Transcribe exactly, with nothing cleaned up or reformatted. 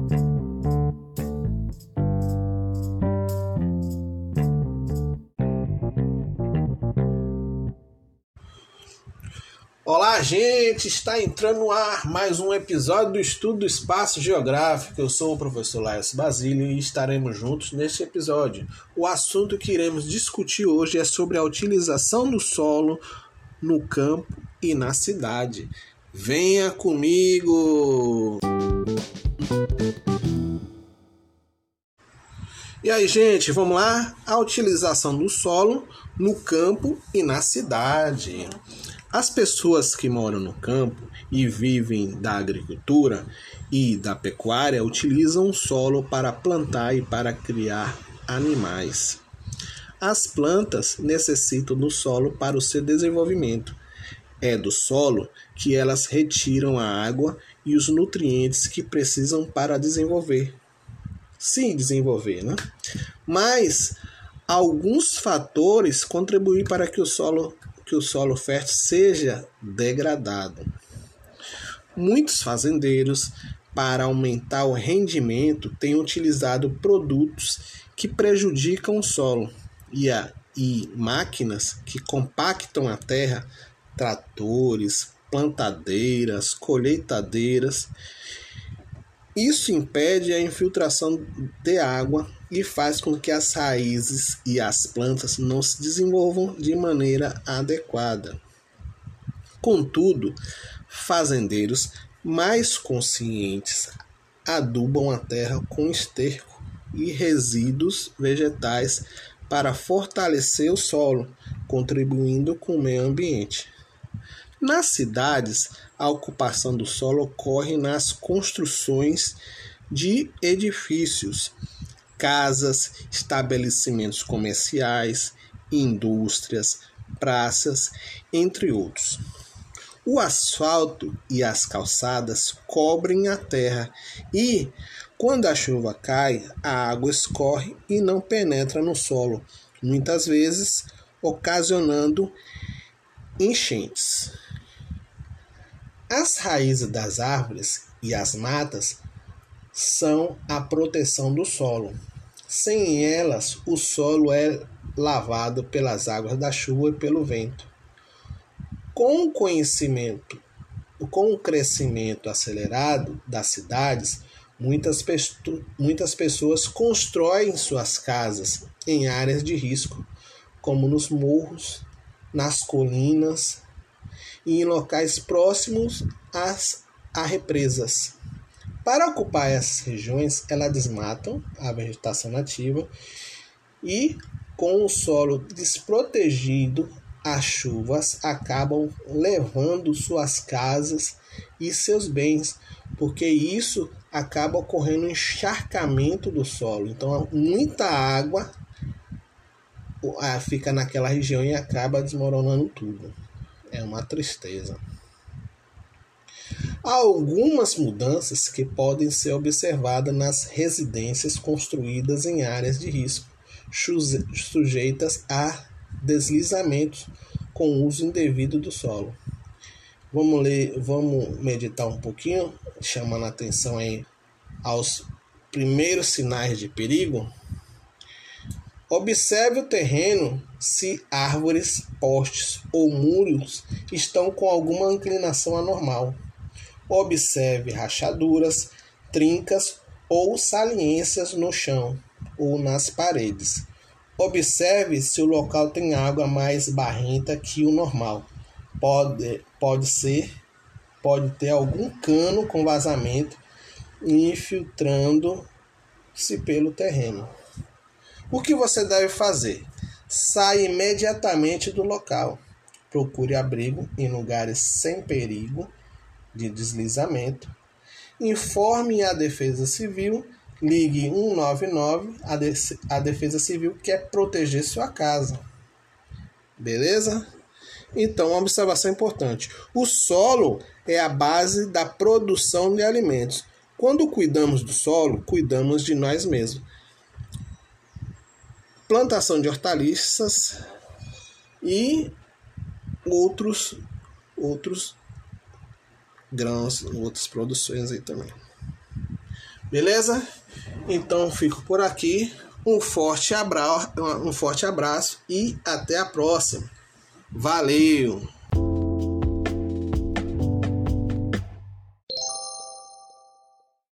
Olá, gente! Está entrando no ar mais um episódio do Estudo do Espaço Geográfico. Eu sou o professor Laércio Basílio e estaremos juntos neste episódio. O assunto que iremos discutir hoje é sobre a utilização do solo no campo e na cidade. Venha comigo! E aí, gente, vamos lá? A utilização do solo no campo e na cidade. As pessoas que moram no campo e vivem da agricultura e da pecuária utilizam o solo para plantar e para criar animais. As plantas necessitam do solo para o seu desenvolvimento. É do solo que elas retiram a água e os nutrientes que precisam para desenvolver. Se desenvolver, né? Mas alguns fatores contribuem para que o solo que o solo fértil seja degradado. Muitos fazendeiros, para aumentar o rendimento, têm utilizado produtos que prejudicam o solo e, a, e máquinas que compactam a terra, tratores, plantadeiras, colheitadeiras. Isso impede a infiltração de água e faz com que as raízes e as plantas não se desenvolvam de maneira adequada. Contudo, fazendeiros mais conscientes adubam a terra com esterco e resíduos vegetais para fortalecer o solo, contribuindo com o meio ambiente. Nas cidades, a ocupação do solo ocorre nas construções de edifícios, casas, estabelecimentos comerciais, indústrias, praças, entre outros. O asfalto e as calçadas cobrem a terra e, quando a chuva cai, a água escorre e não penetra no solo, muitas vezes ocasionando enchentes. As raízes das árvores e as matas são a proteção do solo. Sem elas, o solo é lavado pelas águas da chuva e pelo vento. Com o conhecimento, com o crescimento acelerado das cidades, muitas, muitas pessoas constroem suas casas em áreas de risco, como nos morros, nas colinas e em locais próximos às a represas. Para ocupar essas regiões, elas desmatam a vegetação nativa e, com o solo desprotegido, as chuvas acabam levando suas casas e seus bens, porque isso acaba ocorrendo um encharcamento do solo. Então, muita água fica naquela região e acaba desmoronando tudo. É uma tristeza. Há algumas mudanças que podem ser observadas nas residências construídas em áreas de risco, sujeitas a deslizamentos com uso indevido do solo. Vamos ler, vamos meditar um pouquinho, chamando a atenção aí aos primeiros sinais de perigo. Observe o terreno se árvores, postes ou muros estão com alguma inclinação anormal. Observe rachaduras, trincas ou saliências no chão ou nas paredes. Observe se o local tem água mais barrenta que o normal. Pode, pode ser, pode ter algum cano com vazamento infiltrando-se pelo terreno. O que você deve fazer? Saia imediatamente do local. Procure abrigo em lugares sem perigo de deslizamento. Informe a Defesa Civil. Ligue um nove nove. A, de- a Defesa Civil quer proteger sua casa. Beleza? Então, uma observação importante. O solo é a base da produção de alimentos. Quando cuidamos do solo, cuidamos de nós mesmos. Plantação de hortaliças e outros, outros grãos, outras produções aí também. Beleza? Então fico por aqui. Um forte abraço, um forte abraço e até a próxima. Valeu!